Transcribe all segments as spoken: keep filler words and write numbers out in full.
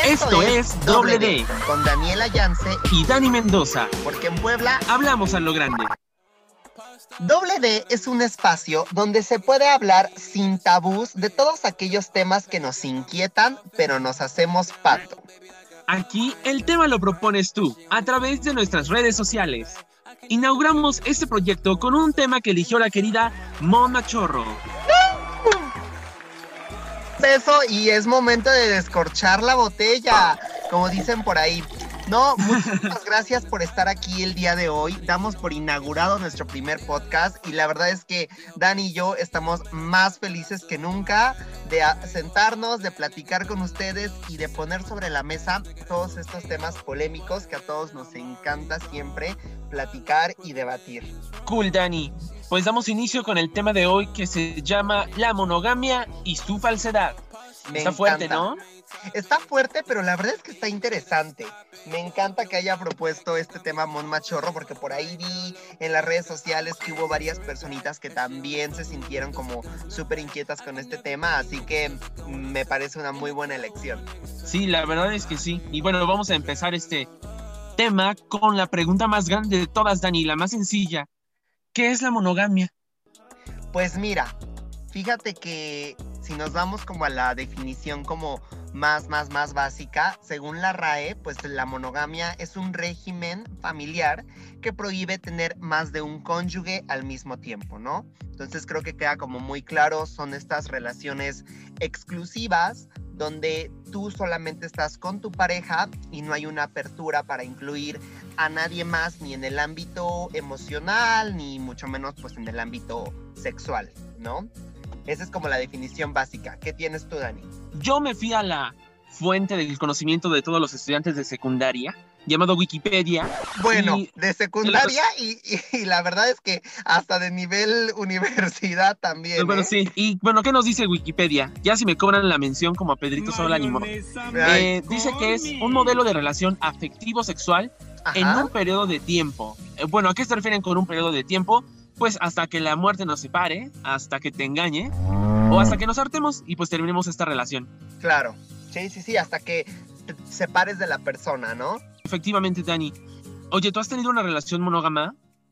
Esto es Doble D, con Daniela Yance y Dani Mendoza, porque en Puebla hablamos a lo grande. Doble D es un espacio donde se puede hablar sin tabús de todos aquellos temas que nos inquietan, pero nos hacemos pato. Aquí el tema lo propones tú, a través de nuestras redes sociales. Inauguramos este proyecto con un tema que eligió la querida Mon Machorro. Eso, y es momento de descorchar la botella, como dicen por ahí. No, muchas gracias por estar aquí el día de hoy. Damos por inaugurado nuestro primer podcast y la verdad es que Dani y yo estamos más felices que nunca de sentarnos, de platicar con ustedes y de poner sobre la mesa todos estos temas polémicos que a todos nos encanta siempre platicar y debatir. Cool, Dani. Pues damos inicio con el tema de hoy que se llama la monogamia y su falsedad. Me está encanta. Fuerte, ¿no? Está fuerte, pero la verdad es que está interesante. Me encanta que haya propuesto este tema Mon Machorro, porque por ahí vi en las redes sociales que hubo varias personitas que también se sintieron como súper inquietas con este tema, así que me parece una muy buena elección. Sí, la verdad es que sí. Y bueno, vamos a empezar este tema con la pregunta más grande de todas, Dani, la más sencilla. ¿Qué es la monogamia? Pues mira, fíjate que si nos vamos como a la definición como más, más, más básica, según la R A E, pues la monogamia es un régimen familiar que prohíbe tener más de un cónyuge al mismo tiempo, ¿no? Entonces creo que queda como muy claro, son estas relaciones exclusivas donde tú solamente estás con tu pareja y no hay una apertura para incluir a nadie más, ni en el ámbito emocional, ni mucho menos pues en el ámbito sexual, ¿no? Esa es como la definición básica. ¿Qué tienes tú, Dani? Yo me fui a la fuente del conocimiento de todos los estudiantes de secundaria, llamado Wikipedia. Bueno, y... de secundaria y, y, y la verdad es que hasta de nivel universidad también, pues bueno, ¿eh? sí. Y bueno, ¿qué nos dice Wikipedia? Ya si me cobran la mención como a Pedrito Sola, ni modo. Eh, dice que es un modelo de relación afectivo-sexual en un periodo de tiempo. Eh, bueno, ¿a qué se refieren con un periodo de tiempo? Pues hasta que la muerte nos separe, hasta que te engañe, o hasta que nos hartemos y pues terminemos esta relación. Claro, sí, sí, sí, hasta que te separes de la persona, ¿no? Efectivamente, Dani. Oye, ¿tú has tenido una relación monógama?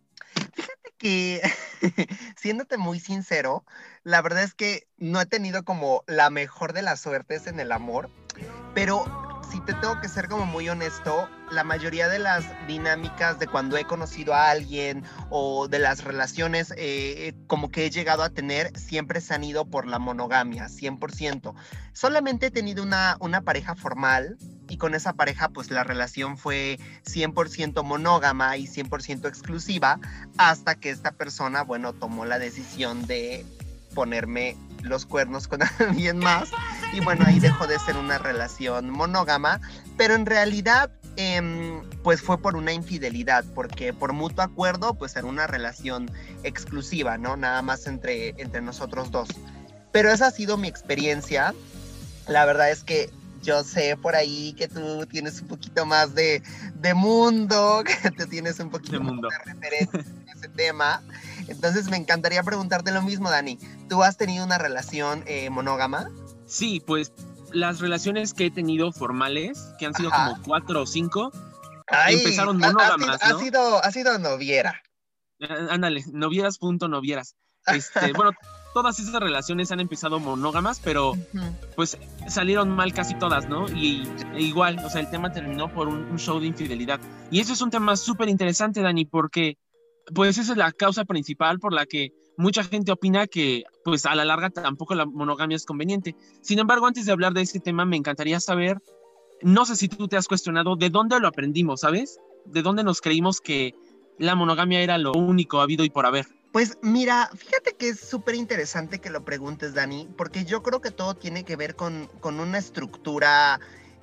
Fíjate que, siéndote muy sincero, la verdad es que no he tenido como la mejor de las suertes en el amor, pero si te tengo que ser como muy honesto, la mayoría de las dinámicas de cuando he conocido a alguien o de las relaciones eh, como que he llegado a tener siempre se han ido por la monogamia, cien por ciento. Solamente he tenido una, una pareja formal y con esa pareja pues la relación fue cien por ciento monógama y cien por ciento exclusiva hasta que esta persona, bueno, tomó la decisión de ponerme los cuernos con alguien más y bueno, ahí dejó de ser una relación monógama, pero en realidad eh, pues fue por una infidelidad, porque por mutuo acuerdo pues era una relación exclusiva, ¿no? Nada más entre, entre nosotros dos, pero esa ha sido mi experiencia. La verdad es que yo sé por ahí que tú tienes un poquito más de, de mundo, que te tienes un poquito de mundo. más de referencia en ese tema. Entonces me encantaría preguntarte lo mismo, Dani. ¿Tú has tenido una relación eh, monógama? Sí, pues las relaciones que he tenido formales, que han sido Ajá. como cuatro o cinco, Ay, empezaron ha, monógamas, ha sido, ¿no? Ha sido, ha sido noviera. Eh, ándale, novieras punto novieras. Este, bueno, todas esas relaciones han empezado monógamas, pero uh-huh. pues salieron mal casi todas, ¿no? Y e igual, o sea, el tema terminó por un, un show de infidelidad. Y eso es un tema súper interesante, Dani, porque pues esa es la causa principal por la que mucha gente opina que pues a la larga tampoco la monogamia es conveniente. Sin embargo, antes de hablar de este tema, me encantaría saber, no sé si tú te has cuestionado de dónde lo aprendimos, ¿sabes? De dónde nos creímos que la monogamia era lo único habido y por haber. Pues mira, fíjate que es súper interesante que lo preguntes, Dani, porque yo creo que todo tiene que ver con, con una estructura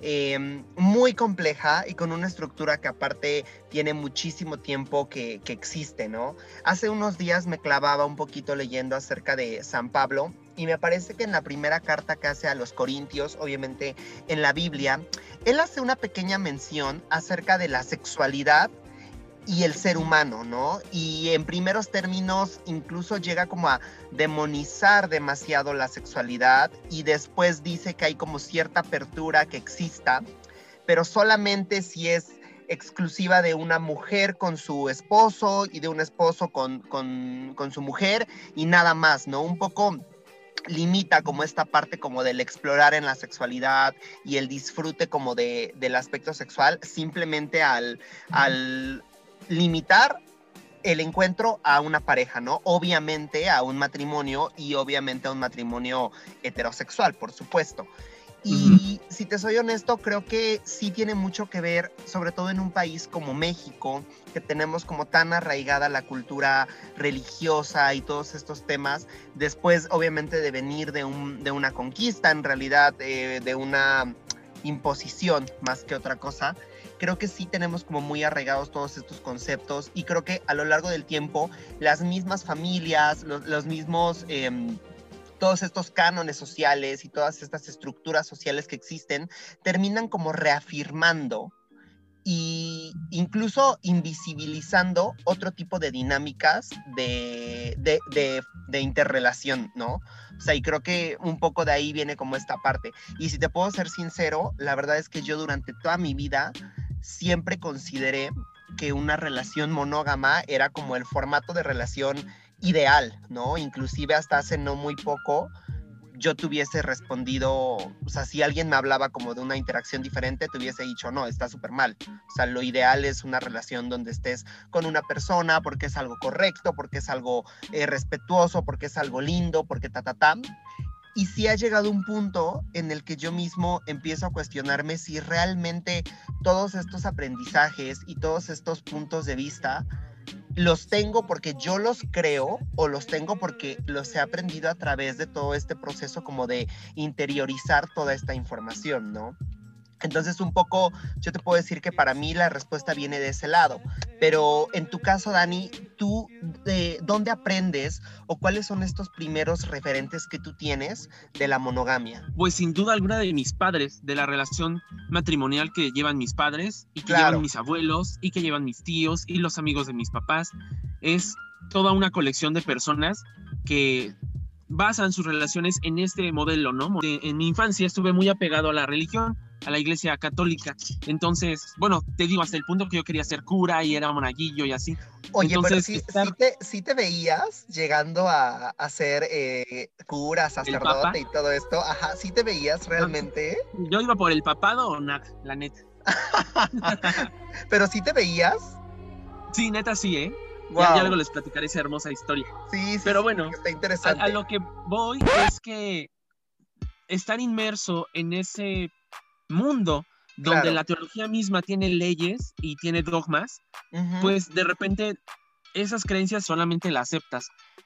eh, muy compleja y con una estructura que aparte tiene muchísimo tiempo que, que existe, ¿no? Hace unos días me clavaba un poquito leyendo acerca de San Pablo y me parece que en la primera carta que hace a los Corintios, obviamente en la Biblia, él hace una pequeña mención acerca de la sexualidad y el ser humano, ¿no? Y en primeros términos incluso llega como a demonizar demasiado la sexualidad y después dice que hay como cierta apertura que exista, pero solamente si es exclusiva de una mujer con su esposo y de un esposo con, con, con su mujer y nada más, ¿no? Un poco limita como esta parte como del explorar en la sexualidad y el disfrute como de, del aspecto sexual simplemente al, al limitar el encuentro a una pareja, ¿no? Obviamente a un matrimonio y obviamente a un matrimonio heterosexual, por supuesto. Y uh-huh. si te soy honesto, creo que sí tiene mucho que ver, sobre todo en un país como México, que tenemos como tan arraigada la cultura religiosa y todos estos temas, después obviamente de venir de, un, de una conquista, en realidad eh, de una imposición más que otra cosa. Creo que sí tenemos como muy arraigados todos estos conceptos y creo que a lo largo del tiempo las mismas familias, los, los mismos... Eh, todos estos cánones sociales y todas estas estructuras sociales que existen terminan como reafirmando e incluso invisibilizando otro tipo de dinámicas de, de, de, de interrelación, ¿no? O sea, y creo que un poco de ahí viene como esta parte. Y si te puedo ser sincero, la verdad es que yo durante toda mi vida siempre consideré que una relación monógama era como el formato de relación ideal, ¿no? Inclusive hasta hace no muy poco yo te hubiese respondido, o sea, si alguien me hablaba como de una interacción diferente, te hubiese dicho, no, está súper mal. O sea, lo ideal es una relación donde estés con una persona porque es algo correcto, porque es algo eh, respetuoso, porque es algo lindo, porque ta, ta, ta. Y sí ha llegado un punto en el que yo mismo empiezo a cuestionarme si realmente todos estos aprendizajes y todos estos puntos de vista los tengo porque yo los creo o los tengo porque los he aprendido a través de todo este proceso como de interiorizar toda esta información, ¿no? Entonces un poco yo te puedo decir que para mí la respuesta viene de ese lado, pero en tu caso, Dani, ¿tú de dónde aprendes o cuáles son estos primeros referentes que tú tienes de la monogamia? Pues sin duda alguna de mis padres, de la relación matrimonial que llevan mis padres y que claro. llevan mis abuelos y que llevan mis tíos y los amigos de mis papás. Es toda una colección de personas que basan sus relaciones en este modelo, ¿no? En mi infancia estuve muy apegado a la religión, a la iglesia católica. Entonces, bueno, te digo, hasta el punto que yo quería ser cura y era monaguillo y así. Oye, Entonces, pero sí, estar... sí, te, sí te veías llegando a, a ser eh, cura, sacerdote y todo esto. Ajá, ¿sí te veías realmente? Yo iba por el papado o nada, la neta. ¿Pero sí te veías? Sí, neta sí, ¿eh? Wow. Ya, ya luego les platicaré esa hermosa historia. Sí, sí. Pero bueno, está interesante. A, a lo que voy es que estar inmerso en ese mundo donde claro. la teología misma tiene leyes y tiene dogmas, uh-huh. pues de repente esas creencias solamente las aceptas.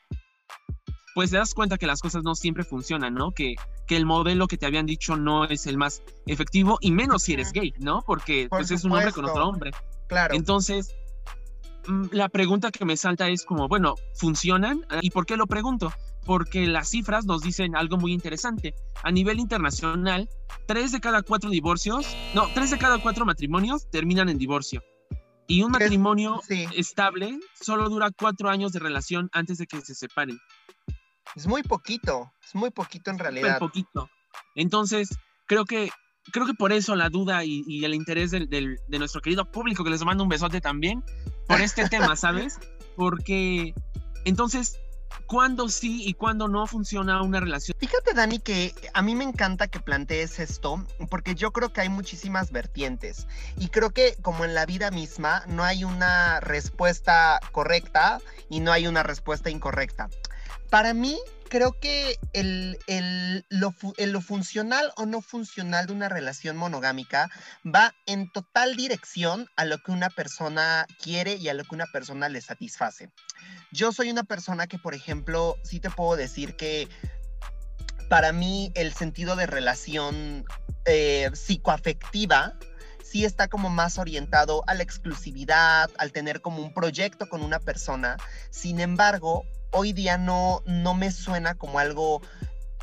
Pues te das cuenta que las cosas no siempre funcionan, ¿no? Que, que el modelo que te habían dicho no es el más efectivo, y menos si eres gay, ¿no? Porque Por pues supuesto. es un hombre con otro hombre. Claro. Entonces, la pregunta que me salta es como, bueno, ¿funcionan? ¿Y por qué lo pregunto? Porque las cifras nos dicen algo muy interesante. A nivel internacional, tres de cada cuatro divorcios, no, tres de cada cuatro matrimonios terminan en divorcio. Y un matrimonio sí. estable solo dura cuatro años de relación antes de que se separen. Es muy poquito, es muy poquito en realidad. Muy poquito. Entonces, creo que creo que por eso la duda y, y el interés del, del, de nuestro querido público, que les mando un besote también, por este tema, ¿sabes? Porque, entonces, ¿cuándo sí y cuándo no funciona una relación? Fíjate, Dani, que a mí me encanta que plantees esto, porque yo creo que hay muchísimas vertientes. Y creo que, como en la vida misma, no hay una respuesta correcta y no hay una respuesta incorrecta. Para mí, creo que el, el, lo, el, lo funcional o no funcional de una relación monogámica va en total dirección a lo que una persona quiere y a lo que una persona le satisface. Yo soy una persona que, por ejemplo, sí te puedo decir que para mí el sentido de relación eh, psicoafectiva sí está como más orientado a la exclusividad, al tener como un proyecto con una persona. Sin embargo, hoy día no, no me suena como algo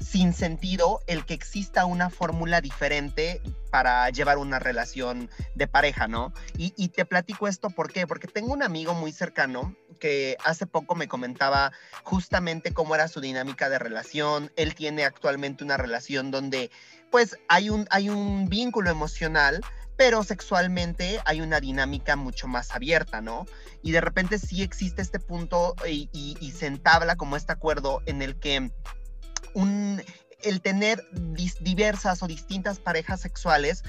sin sentido el que exista una fórmula diferente para llevar una relación de pareja, ¿no? Y, y te platico esto, ¿por qué? Porque tengo un amigo muy cercano que hace poco me comentaba justamente cómo era su dinámica de relación. Él tiene actualmente una relación donde, pues, hay un, hay un vínculo emocional, pero sexualmente hay una dinámica mucho más abierta, ¿no? Y de repente sí existe este punto y, y, y se entabla como este acuerdo en el que un, el tener dis, diversas o distintas parejas sexuales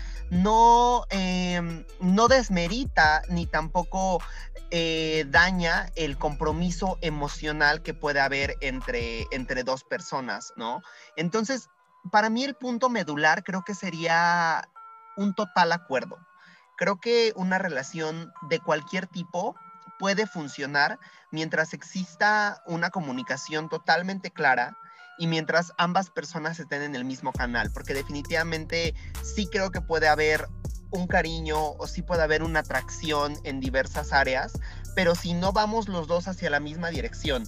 no, eh, no desmerita ni tampoco eh, daña el compromiso emocional que puede haber entre, entre dos personas, ¿no? Entonces, para mí el punto medular creo que sería un total acuerdo. Creo que una relación de cualquier tipo puede funcionar mientras exista una comunicación totalmente clara y mientras ambas personas estén en el mismo canal, porque definitivamente sí creo que puede haber un cariño o sí puede haber una atracción en diversas áreas, pero si no vamos los dos hacia la misma dirección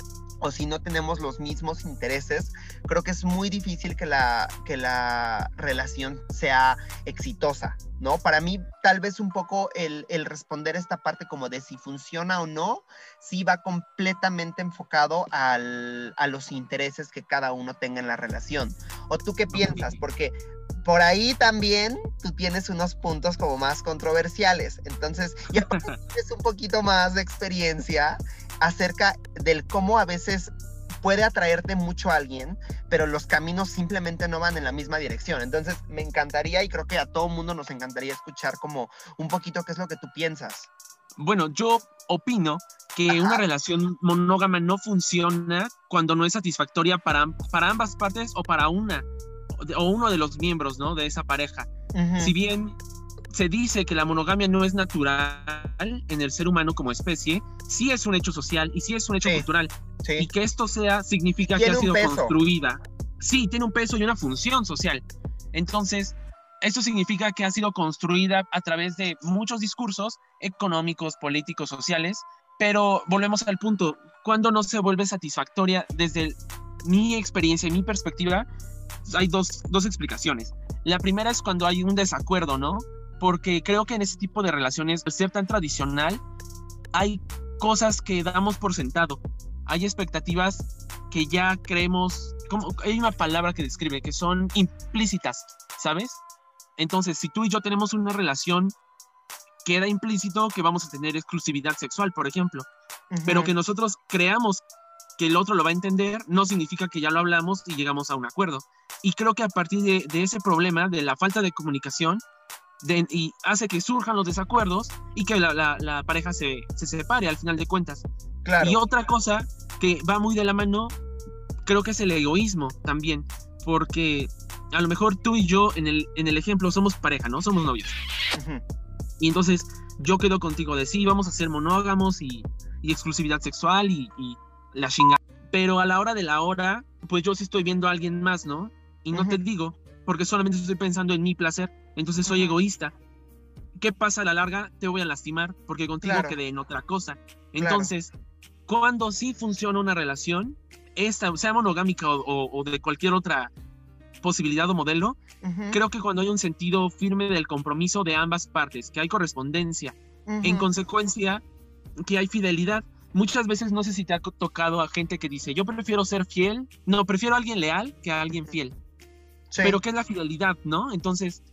o si no tenemos los mismos intereses, creo que es muy difícil que la, que la relación sea exitosa, ¿no? Para mí, tal vez un poco el, el responder esta parte como de si funciona o no, sí va completamente enfocado al, a los intereses que cada uno tenga en la relación. ¿O tú qué piensas? Porque por ahí también tú tienes unos puntos como más controversiales. Entonces, y aparte tienes un poquito más de experiencia acerca del cómo a veces puede atraerte mucho a alguien, pero los caminos simplemente no van en la misma dirección. Entonces, me encantaría y creo que a todo mundo nos encantaría escuchar como un poquito qué es lo que tú piensas. Bueno, yo opino que Ajá. una relación monógama no funciona cuando no es satisfactoria para, para ambas partes o para una o uno de los miembros, ¿no?, de esa pareja. Uh-huh. Si bien se dice que la monogamia no es natural en el ser humano como especie, sí es un hecho social y sí es un hecho sí, cultural. Sí. Y que esto sea, significa que ha sido peso. construida. Sí, tiene un peso y una función social. Entonces, esto significa que ha sido construida a través de muchos discursos económicos, políticos, sociales, pero volvemos al punto, ¿cuándo no se vuelve satisfactoria? Desde mi experiencia y mi perspectiva, hay dos, dos explicaciones. La primera es cuando hay un desacuerdo, ¿no? Porque creo que en ese tipo de relaciones, al ser tan tradicional, hay cosas que damos por sentado. Hay expectativas que ya creemos, como, hay una palabra que describe, que son implícitas, ¿sabes? Entonces, si tú y yo tenemos una relación, queda implícito que vamos a tener exclusividad sexual, por ejemplo. Uh-huh. Pero que nosotros creamos que el otro lo va a entender, no significa que ya lo hablamos y llegamos a un acuerdo. Y creo que a partir de, de ese problema, de la falta de comunicación, de, y hace que surjan los desacuerdos y que la, la, la pareja se, se separe al final de cuentas. Claro. Y otra cosa que va muy de la mano, creo que es el egoísmo también, porque a lo mejor tú y yo en el, en el ejemplo somos pareja, ¿no? Somos novios. Uh-huh. Y entonces yo quedo contigo de sí, vamos a ser monógamos y, y exclusividad sexual y, y la chingada. Pero a la hora de la hora, pues yo sí estoy viendo a alguien más, ¿no? Y no uh-huh. te digo, porque solamente estoy pensando en mi placer, entonces soy uh-huh. egoísta. ¿Qué pasa a la larga? Te voy a lastimar, porque contigo claro. quedé en otra cosa. Entonces, claro. cuando sí funciona una relación, esta, sea monogámica o, o, o de cualquier otra posibilidad o modelo, uh-huh. creo que cuando hay un sentido firme del compromiso de ambas partes, que hay correspondencia, uh-huh. en consecuencia, que hay fidelidad. Muchas veces no sé si te ha tocado a gente que dice, yo prefiero ser fiel, no, prefiero a alguien leal que a alguien fiel. Sí. Pero ¿qué es la fidelidad, no? Entonces,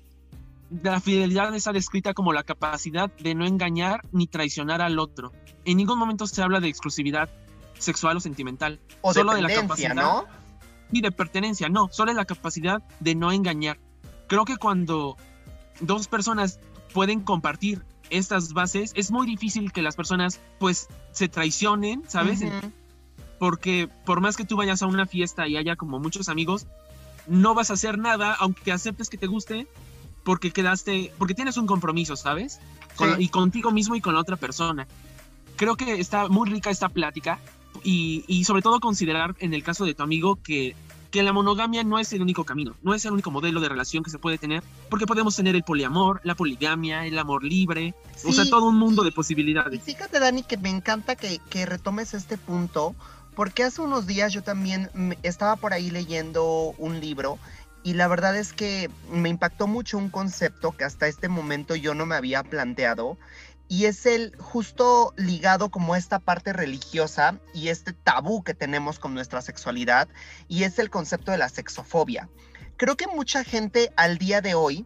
la fidelidad está descrita como la capacidad de no engañar ni traicionar al otro. En ningún momento se habla de exclusividad sexual o sentimental. O solo de la capacidad, ¿no? Ni de pertenencia, no. Solo es la capacidad de no engañar. Creo que cuando dos personas pueden compartir estas bases, es muy difícil que las personas, pues, se traicionen, ¿sabes? Uh-huh. Porque por más que tú vayas a una fiesta y haya como muchos amigos, no vas a hacer nada, aunque aceptes que te guste, porque quedaste, porque tienes un compromiso, ¿sabes? Con, sí. Y contigo mismo y con la otra persona. Creo que está muy rica esta plática y, y sobre todo considerar en el caso de tu amigo que, que la monogamia no es el único camino, no es el único modelo de relación que se puede tener, porque podemos tener el poliamor, la poligamia, el amor libre, sí. o sea, todo un mundo de posibilidades. Y fíjate, Dani, que me encanta que, que retomes este punto, porque hace unos días yo también me- estaba por ahí leyendo un libro y la verdad es que me impactó mucho un concepto que hasta este momento yo no me había planteado y es el justo ligado como a esta parte religiosa y este tabú que tenemos con nuestra sexualidad y es el concepto de la sexofobia. Creo que mucha gente al día de hoy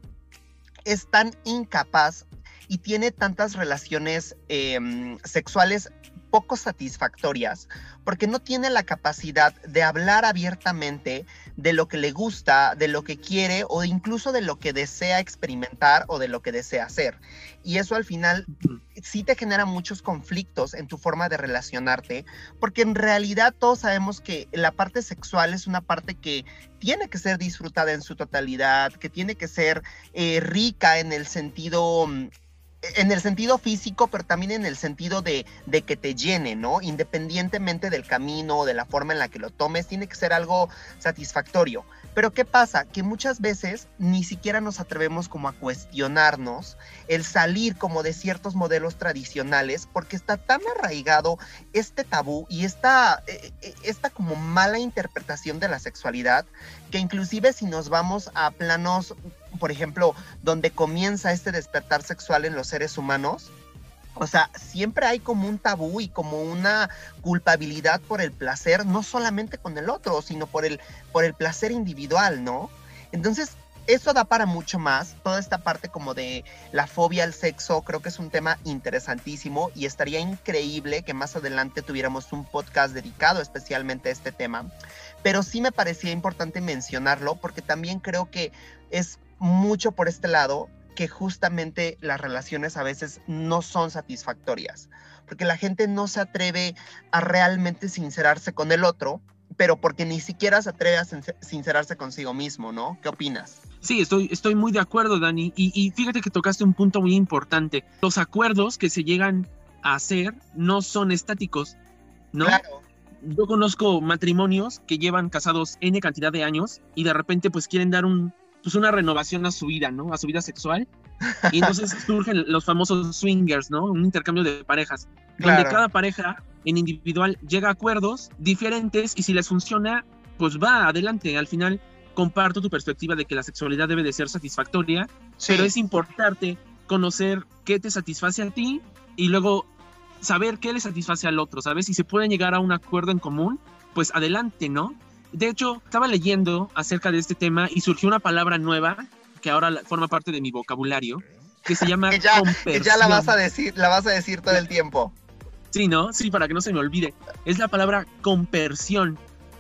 es tan incapaz y tiene tantas relaciones em, sexuales poco satisfactorias porque no tiene la capacidad de hablar abiertamente de lo que le gusta, de lo que quiere o incluso de lo que desea experimentar o de lo que desea hacer. Y eso al final sí te genera muchos conflictos en tu forma de relacionarte, porque en realidad todos sabemos que la parte sexual es una parte que tiene que ser disfrutada en su totalidad, que tiene que ser eh, rica en el sentido mm, en el sentido físico, pero también en el sentido de, de que te llene, ¿no? Independientemente del camino o de la forma en la que lo tomes, tiene que ser algo satisfactorio. Pero ¿qué pasa? Que muchas veces ni siquiera nos atrevemos como a cuestionarnos el salir como de ciertos modelos tradicionales porque está tan arraigado este tabú y esta, eh, eh, esta como mala interpretación de la sexualidad que inclusive si nos vamos a planos, por ejemplo, donde comienza este despertar sexual en los seres humanos, o sea, siempre hay como un tabú y como una culpabilidad por el placer, no solamente con el otro, sino por el, por el placer individual, ¿no? Entonces, eso da para mucho más. Toda esta parte como de la fobia al sexo, creo que es un tema interesantísimo y estaría increíble que más adelante tuviéramos un podcast dedicado especialmente a este tema. Pero sí me parecía importante mencionarlo porque también creo que es mucho por este lado que justamente las relaciones a veces no son satisfactorias, porque la gente no se atreve a realmente sincerarse con el otro, pero porque ni siquiera se atreve a sincerarse consigo mismo, ¿no? ¿Qué opinas? Sí, estoy, estoy muy de acuerdo, Dani, y, y fíjate que tocaste un punto muy importante. Los acuerdos que se llegan a hacer no son estáticos, ¿no? Claro. Yo conozco matrimonios que llevan casados N cantidad de años y de repente pues quieren dar un, pues una renovación a su vida, ¿no? A su vida sexual. Y entonces surgen los famosos swingers, ¿no? Un intercambio de parejas, Claro. donde cada pareja en individual llega a acuerdos diferentes y si les funciona, pues va adelante. Al final comparto tu perspectiva de que la sexualidad debe de ser satisfactoria, Sí. pero es importante conocer qué te satisface a ti y luego saber qué le satisface al otro, ¿sabes? Si se pueden llegar a un acuerdo en común, pues adelante, ¿no? De hecho, estaba leyendo acerca de este tema y surgió una palabra nueva que ahora forma parte de mi vocabulario, que se llama que ya, compersión. Que ya la vas a decir, la vas a decir todo el tiempo. Sí, ¿no? Sí, para que no se me olvide. Es la palabra compersión.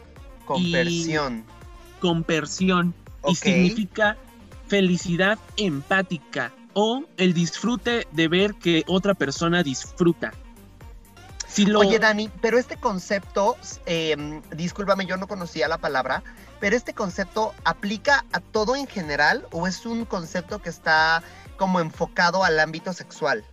Compersión. Y compersión. Ok. Y significa felicidad empática o el disfrute de ver que otra persona disfruta. Si lo... Oye, Dani, pero este concepto, eh, discúlpame, yo no conocía la palabra, pero este concepto ¿aplica a todo en general o es un concepto que está como enfocado al ámbito sexual?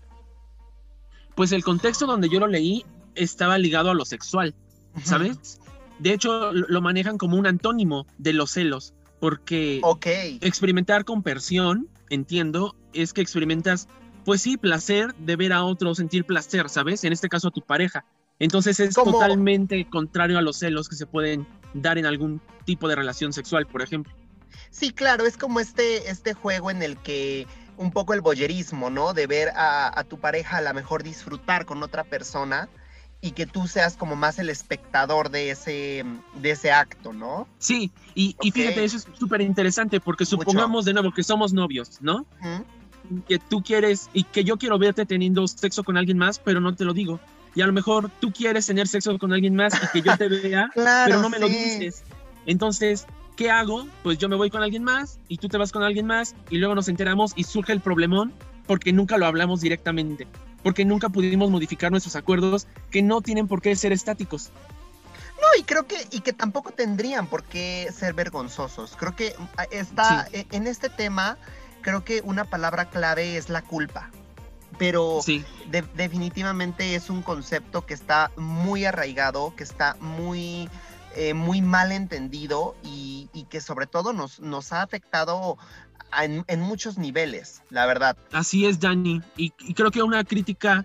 Pues el contexto donde yo lo leí estaba ligado a lo sexual, ¿sabes? Uh-huh. De hecho, lo manejan como un antónimo de los celos, porque okay. experimentar compersión, entiendo, es que experimentas, pues sí, placer de ver a otro sentir placer, ¿sabes? En este caso a tu pareja. Entonces es ¿Cómo? Totalmente contrario a los celos que se pueden dar en algún tipo de relación sexual, por ejemplo. Sí, claro, es como este, este juego en el que un poco el voyerismo, ¿no? De ver a, a tu pareja a lo mejor disfrutar con otra persona y que tú seas como más el espectador de ese, de ese acto, ¿no? Sí, y, okay. y fíjate, eso es súper interesante porque supongamos Mucho. de nuevo que somos novios, ¿no? ¿Mm? Que tú quieres y que yo quiero verte teniendo sexo con alguien más, pero no te lo digo. Y a lo mejor tú quieres tener sexo con alguien más y que yo te vea, claro, pero no me sí. lo dices. Entonces, ¿qué hago? Pues yo me voy con alguien más y tú te vas con alguien más y luego nos enteramos y surge el problemón porque nunca lo hablamos directamente, porque nunca pudimos modificar nuestros acuerdos que no tienen por qué ser estáticos. No, y creo que, y que tampoco tendrían por qué ser vergonzosos. Creo que está sí. en este tema, creo que una palabra clave es la culpa. Pero sí. de, definitivamente es un concepto que está muy arraigado, que está muy, eh, muy mal entendido y, y que sobre todo nos, nos ha afectado en, en muchos niveles, la verdad. Así es, Dani. Y, y creo que una crítica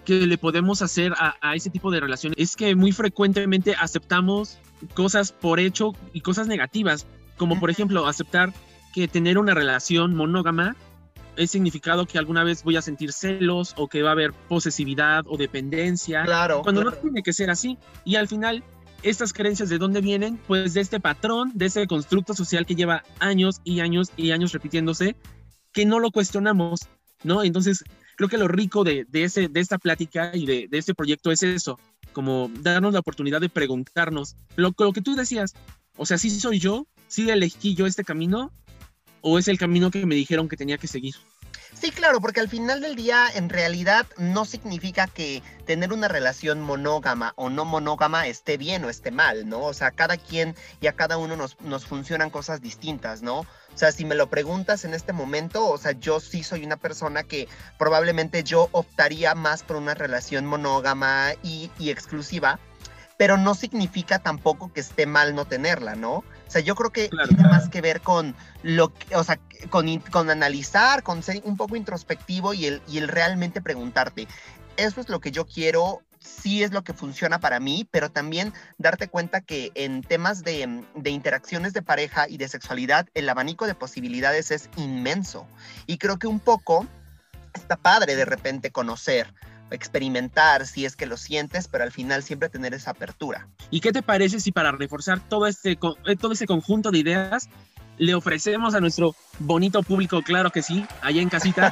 que le podemos hacer a, a ese tipo de relaciones es que muy frecuentemente aceptamos cosas por hecho y cosas negativas, como por ejemplo aceptar que tener una relación monógama es significado que alguna vez voy a sentir celos o que va a haber posesividad o dependencia, claro, cuando claro. no tiene que ser así. Y al final, estas creencias, ¿de dónde vienen? Pues de este patrón, de ese constructo social que lleva años y años y años repitiéndose, que no lo cuestionamos, ¿no? Entonces, creo que lo rico de, de, ese, de esta plática y de, de este proyecto es eso, como darnos la oportunidad de preguntarnos, lo, lo que tú decías, o sea, ¿sí soy yo? ¿Sí elegí yo este camino? ¿O es el camino que me dijeron que tenía que seguir? Sí, claro, porque al final del día en realidad no significa que tener una relación monógama o no monógama esté bien o esté mal, ¿no? O sea, cada quien y a cada uno nos, nos funcionan cosas distintas, ¿no? O sea, si me lo preguntas en este momento, o sea, yo sí soy una persona que probablemente yo optaría más por una relación monógama y, y exclusiva, pero no significa tampoco que esté mal no tenerla, ¿no? O sea, yo creo que claro. tiene más que ver con lo que, o sea, con, con analizar, con ser un poco introspectivo y el, y el realmente preguntarte, ¿eso es lo que yo quiero? Sí es lo que funciona para mí, pero también darte cuenta que en temas de, de interacciones de pareja y de sexualidad, el abanico de posibilidades es inmenso. Y creo que un poco está padre de repente conocer, experimentar si es que lo sientes, pero al final siempre tener esa apertura. ¿Y qué te parece si para reforzar todo este, todo ese conjunto de ideas le ofrecemos a nuestro bonito público, claro que sí, allá en casita,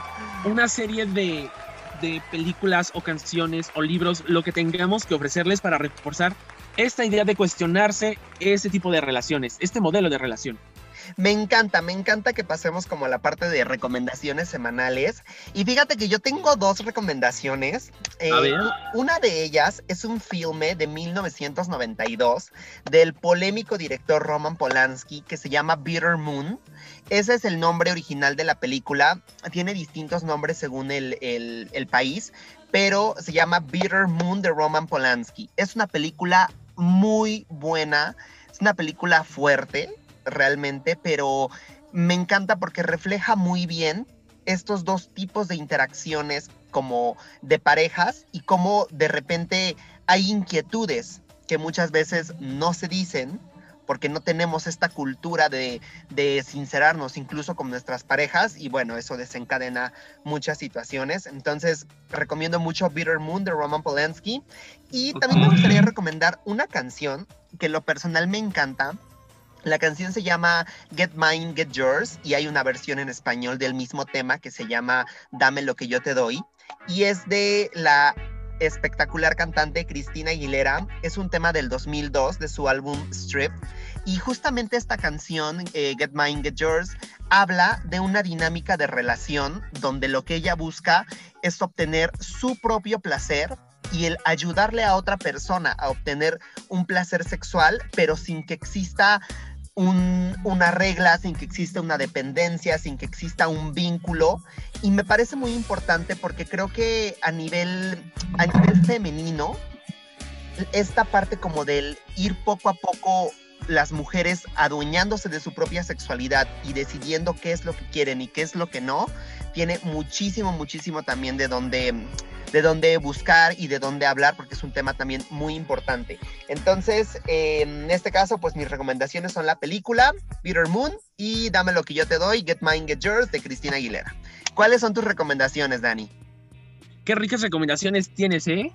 una serie de, de películas o canciones o libros, lo que tengamos que ofrecerles para reforzar esta idea de cuestionarse ese tipo de relaciones, este modelo de relación? Me encanta, me encanta que pasemos como a la parte de recomendaciones semanales. Y fíjate que yo tengo dos recomendaciones. Eh, a ver. Una de ellas es un filme de mil novecientos noventa y dos del polémico director Roman Polanski que se llama Bitter Moon. Ese es el nombre original de la película. Tiene distintos nombres según el, el, el país, pero se llama Bitter Moon de Roman Polanski. Es una película muy buena, es una película fuerte realmente, pero me encanta porque refleja muy bien estos dos tipos de interacciones como de parejas y cómo de repente hay inquietudes que muchas veces no se dicen porque no tenemos esta cultura de, de sincerarnos incluso con nuestras parejas y bueno, eso desencadena muchas situaciones. Entonces recomiendo mucho Bitter Moon de Roman Polanski y también me gustaría recomendar una canción que en lo personal me encanta. La canción se llama Get Mine, Get Yours y hay una versión en español del mismo tema que se llama Dame lo que yo te doy y es de la espectacular cantante Cristina Aguilera. Es un tema del dos mil dos de su álbum Strip y justamente esta canción, eh, Get Mine, Get Yours, habla de una dinámica de relación donde lo que ella busca es obtener su propio placer y el ayudarle a otra persona a obtener un placer sexual, pero sin que exista Un, una regla, sin que exista una dependencia, sin que exista un vínculo. Y me parece muy importante porque creo que a nivel, a nivel femenino, esta parte como del ir poco a poco las mujeres adueñándose de su propia sexualidad y decidiendo qué es lo que quieren y qué es lo que no, tiene muchísimo, muchísimo también de dónde, de dónde buscar y de dónde hablar, porque es un tema también muy importante. Entonces, eh, en este caso, pues mis recomendaciones son la película Bitter Moon y Dame lo que yo te doy, Get Mine, Get Yours, de Cristina Aguilera. ¿Cuáles son tus recomendaciones, Dani? Qué ricas recomendaciones tienes, ¿eh?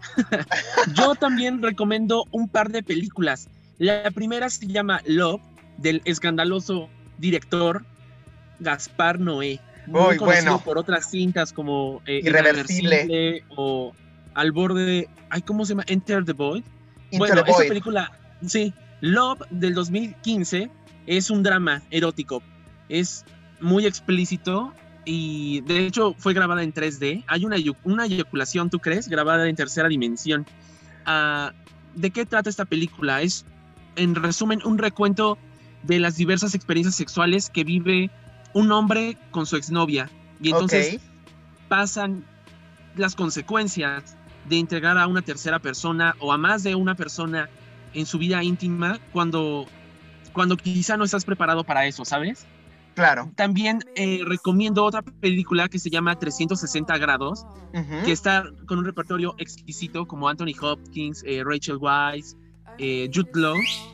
Yo también recomiendo un par de películas. La primera se llama Love, del escandaloso director Gaspar Noé. Muy conocido bueno. por otras cintas como eh, Irreversible. Irreversible o Al borde, ay, ¿cómo se llama? Enter the Void. Into bueno, the esa Void. película, sí, Love del dos mil quince es un drama erótico. Es muy explícito y de hecho fue grabada en tres D. Hay una, una eyaculación, ¿tú crees? Grabada en tercera dimensión. Uh, ¿De qué trata esta película? Es, en resumen, un recuento de las diversas experiencias sexuales que vive un hombre con su exnovia. Y entonces okay. pasan las consecuencias de integrar a una tercera persona o a más de una persona en su vida íntima cuando, cuando quizá no estás preparado para eso, ¿sabes? Claro. También eh, recomiendo otra película que se llama trescientos sesenta grados, uh-huh. que está con un repertorio exquisito como Anthony Hopkins, eh, Rachel Weisz, eh, Jude Law,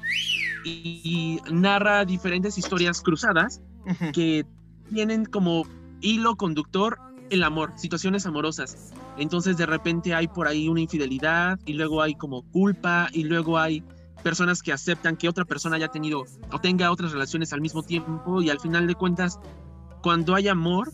y, y narra diferentes historias cruzadas uh-huh. que tienen como hilo conductor el amor, situaciones amorosas. Entonces de repente hay por ahí una infidelidad y luego hay como culpa y luego hay personas que aceptan que otra persona haya tenido o tenga otras relaciones al mismo tiempo, y al final de cuentas, cuando hay amor,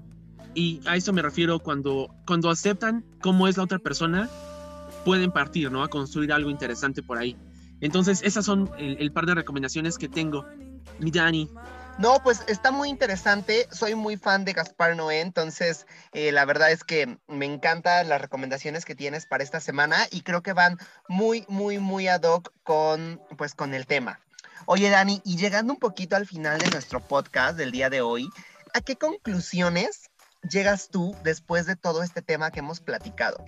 y a eso me refiero, cuando, cuando aceptan cómo es la otra persona, pueden partir, ¿no? A construir algo interesante por ahí. Entonces esas son el, el par de recomendaciones que tengo, mi Dani. No, pues está muy interesante. Soy muy fan de Gaspar Noé, entonces eh, la verdad es que me encantan las recomendaciones que tienes para esta semana y creo que van muy, muy, muy ad hoc con, pues, con el tema. Oye, Dani, y llegando un poquito al final de nuestro podcast del día de hoy, ¿a qué conclusiones llegas tú después de todo este tema que hemos platicado?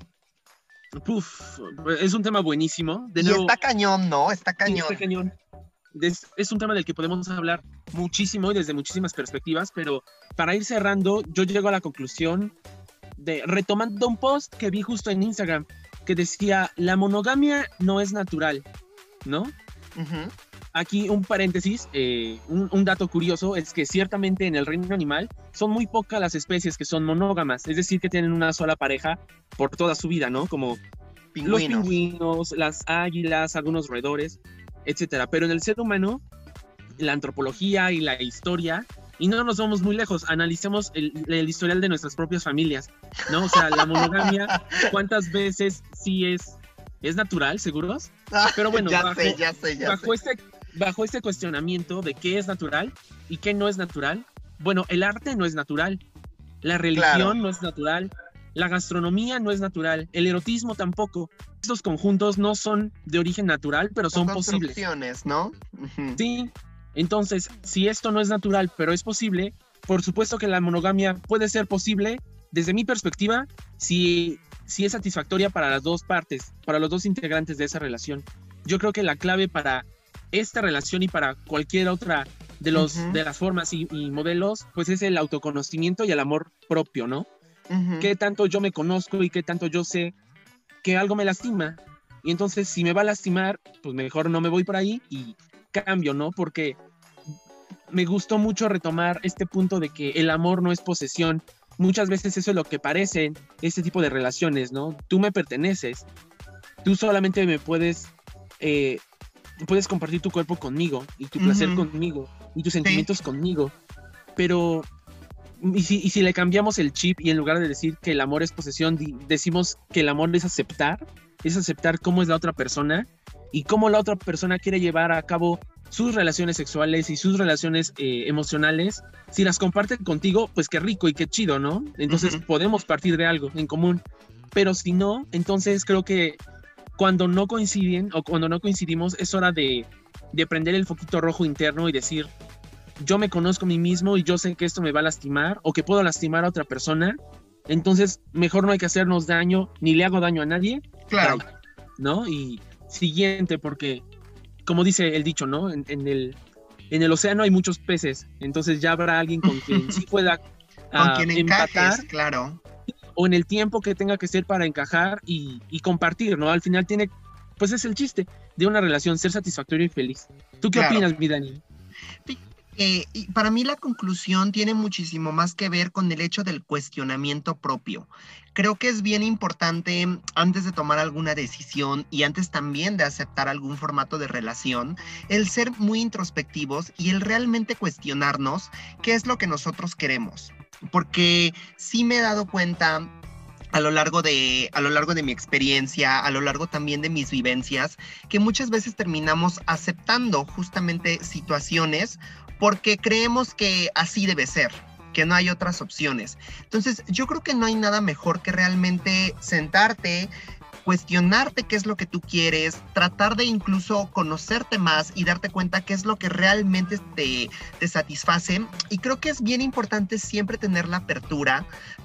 Uf, es un tema buenísimo. De y nuevo, está cañón, ¿no? Está cañón. Está cañón. Es un tema del que podemos hablar muchísimo y desde muchísimas perspectivas, pero para ir cerrando, yo llego a la conclusión de, retomando un post que vi justo en Instagram, que decía, la monogamia no es natural, ¿no? Uh-huh. Aquí un paréntesis, eh, un, un dato curioso es que ciertamente en el reino animal son muy pocas las especies que son monógamas, es decir, que tienen una sola pareja por toda su vida, ¿no? Como pingüinos. Los pingüinos, las águilas, algunos roedores, etcétera. Pero en el ser humano, la antropología y la historia, y no nos vamos muy lejos, analicemos el, el historial de nuestras propias familias, ¿no? O sea, la monogamia, ¿cuántas veces sí es, es natural, seguros? Pero bueno, ya bajo, sé, ya sé, ya bajo, sé. Este, bajo este cuestionamiento de qué es natural y qué no es natural, bueno, el arte no es natural, la religión claro. no es natural, la gastronomía no es natural, el erotismo tampoco. Estos conjuntos no son de origen natural, pero son, son posibles. ¿No? Uh-huh. Sí, entonces, si esto no es natural, pero es posible, por supuesto que la monogamia puede ser posible, desde mi perspectiva, si, si es satisfactoria para las dos partes, para los dos integrantes de esa relación. Yo creo que la clave para esta relación y para cualquier otra de, los, uh-huh. de las formas y, y modelos, pues es el autoconocimiento y el amor propio, ¿no? Uh-huh. Qué tanto yo me conozco y qué tanto yo sé que algo me lastima, y entonces si me va a lastimar, pues mejor no me voy por ahí y cambio, ¿no? Porque me gustó mucho retomar este punto de que el amor no es posesión. Muchas veces eso es lo que parecen este tipo de relaciones, ¿no? Tú me perteneces, tú solamente me puedes eh, puedes compartir tu cuerpo conmigo y tu placer uh-huh. conmigo y tus sentimientos sí. conmigo, pero Y si, y si le cambiamos el chip y en lugar de decir que el amor es posesión, di, decimos que el amor es aceptar, es aceptar cómo es la otra persona y cómo la otra persona quiere llevar a cabo sus relaciones sexuales y sus relaciones eh, emocionales. Si las comparten contigo, pues qué rico y qué chido, ¿no? Entonces uh-huh. podemos partir de algo en común. Pero si no, entonces creo que cuando no coinciden o cuando no coincidimos, es hora de, de prender el foquito rojo interno y decir, yo me conozco a mí mismo y yo sé que esto me va a lastimar o que puedo lastimar a otra persona, entonces mejor no hay que hacernos daño, ni le hago daño a nadie. Claro. ¿No? Y siguiente, porque como dice el dicho, ¿no? En, en, el, en el océano hay muchos peces, entonces ya habrá alguien con quien sí pueda con uh, quien empatar, encajes, claro. O en el tiempo que tenga que ser para encajar y, y compartir, ¿no? Al final tiene, pues es el chiste de una relación, ser satisfactorio y feliz. ¿Tú qué claro. opinas, mi Dani? Eh, y para mí la conclusión tiene muchísimo más que ver con el hecho del cuestionamiento propio. Creo que es bien importante antes de tomar alguna decisión y antes también de aceptar algún formato de relación, el ser muy introspectivos y el realmente cuestionarnos qué es lo que nosotros queremos. Porque sí me he dado cuenta a lo largo de, a lo largo de mi experiencia, a lo largo también de mis vivencias, que muchas veces terminamos aceptando justamente situaciones porque creemos que así debe ser, que no hay otras opciones. Entonces, yo creo que no hay nada mejor que realmente sentarte, cuestionarte qué es lo que tú quieres, tratar de incluso conocerte más y darte cuenta qué es lo que realmente te, te satisface. Y creo que es bien importante siempre tener la apertura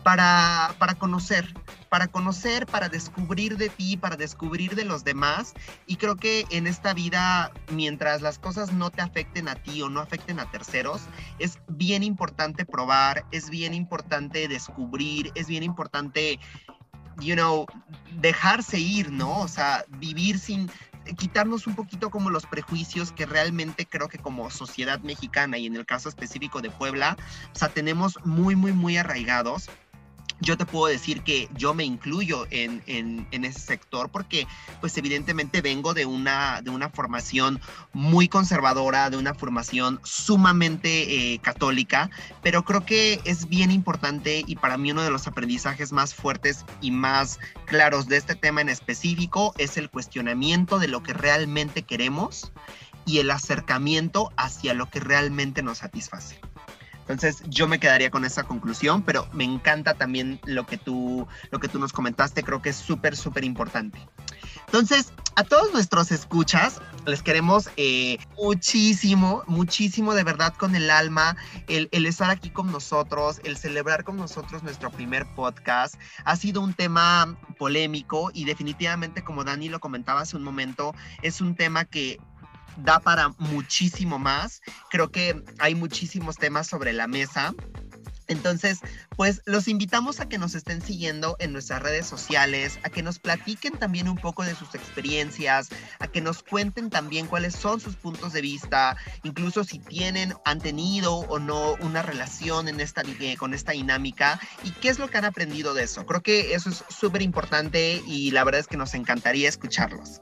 para, para conocer, para conocer, para descubrir de ti, para descubrir de los demás. Y creo que en esta vida, mientras las cosas no te afecten a ti o no afecten a terceros, es bien importante probar, es bien importante descubrir, es bien importante, you know, dejarse ir, ¿no? O sea, vivir sin, quitarnos un poquito como los prejuicios que realmente creo que como sociedad mexicana y en el caso específico de Puebla, o sea, tenemos muy, muy, muy arraigados. Yo te puedo decir que yo me incluyo en, en, en ese sector porque pues evidentemente vengo de una, de una formación muy conservadora, de una formación sumamente eh, católica, pero creo que es bien importante y para mí uno de los aprendizajes más fuertes y más claros de este tema en específico es el cuestionamiento de lo que realmente queremos y el acercamiento hacia lo que realmente nos satisface. Entonces yo me quedaría con esa conclusión, pero me encanta también lo que tú, lo que tú nos comentaste, creo que es súper, súper importante. Entonces, a todos nuestros escuchas, les queremos eh, muchísimo, muchísimo de verdad con el alma, el, el estar aquí con nosotros, el celebrar con nosotros nuestro primer podcast. Ha sido un tema polémico y definitivamente, como Dani lo comentaba hace un momento, es un tema que da para muchísimo más. Creo que hay muchísimos temas sobre la mesa. Entonces, pues los invitamos a que nos estén siguiendo en nuestras redes sociales, a que nos platiquen también un poco de sus experiencias, a que nos cuenten también cuáles son sus puntos de vista, incluso si tienen, han tenido o no una relación en esta, eh, con esta dinámica y qué es lo que han aprendido de eso. Creo que eso es súper importante y la verdad es que nos encantaría escucharlos.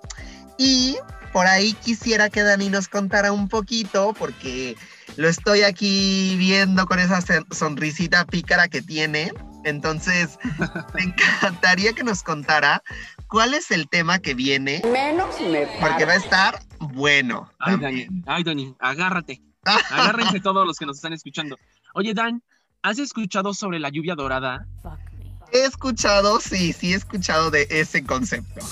Y por ahí quisiera que Dani nos contara un poquito, porque lo estoy aquí viendo con esa sonrisita pícara que tiene. Entonces, me encantaría que nos contara cuál es el tema que viene. Menos me paro. Porque va a estar bueno. Ay, Dani, ay, Dani, agárrate. Agárrense todos los que nos están escuchando. Oye, Dan, ¿has escuchado sobre la lluvia dorada? He escuchado, sí, sí he escuchado de ese concepto.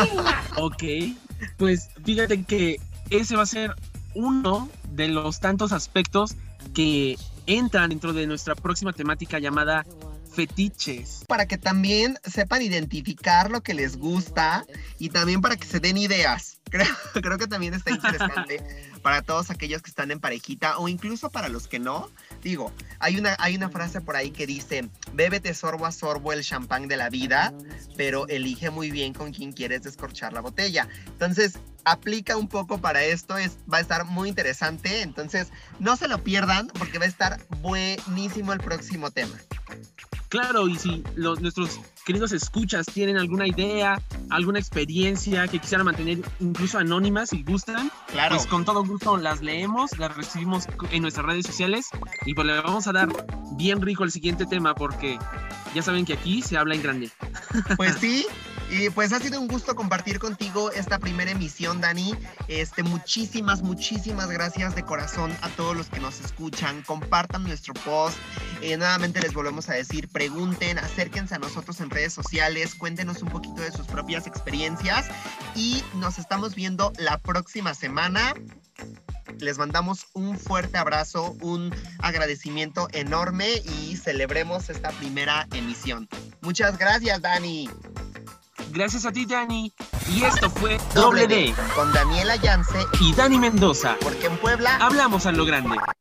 Ok, pues fíjate que ese va a ser uno de los tantos aspectos que entran dentro de nuestra próxima temática llamada fetiches. Para que también sepan identificar lo que les gusta y también para que se den ideas. Creo, creo que también está interesante para todos aquellos que están en parejita o incluso para los que no. Digo, hay una, hay una frase por ahí que dice: bébete sorbo a sorbo el champán de la vida, pero elige muy bien con quién quieres descorchar la botella. Entonces, aplica un poco para esto, es, va a estar muy interesante. Entonces, no se lo pierdan porque va a estar buenísimo el próximo tema. Claro, y si los, nuestros queridos escuchas tienen alguna idea, alguna experiencia que quisieran mantener incluso anónimas si gustan, claro, pues con todo gusto las leemos, las recibimos en nuestras redes sociales y pues le vamos a dar bien rico el siguiente tema porque ya saben que aquí se habla en grande. Pues sí. Y pues ha sido un gusto compartir contigo esta primera emisión, Dani. Este, muchísimas, muchísimas gracias de corazón a todos los que nos escuchan. Compartan nuestro post. Eh, nuevamente les volvemos a decir, pregunten, acérquense a nosotros en redes sociales, cuéntenos un poquito de sus propias experiencias y nos estamos viendo la próxima semana. Les mandamos un fuerte abrazo, un agradecimiento enorme y celebremos esta primera emisión. Muchas gracias, Dani. Gracias a ti, Dani. Y esto fue Doble D con Daniela Yance y Dani Mendoza. Porque en Puebla hablamos a lo grande.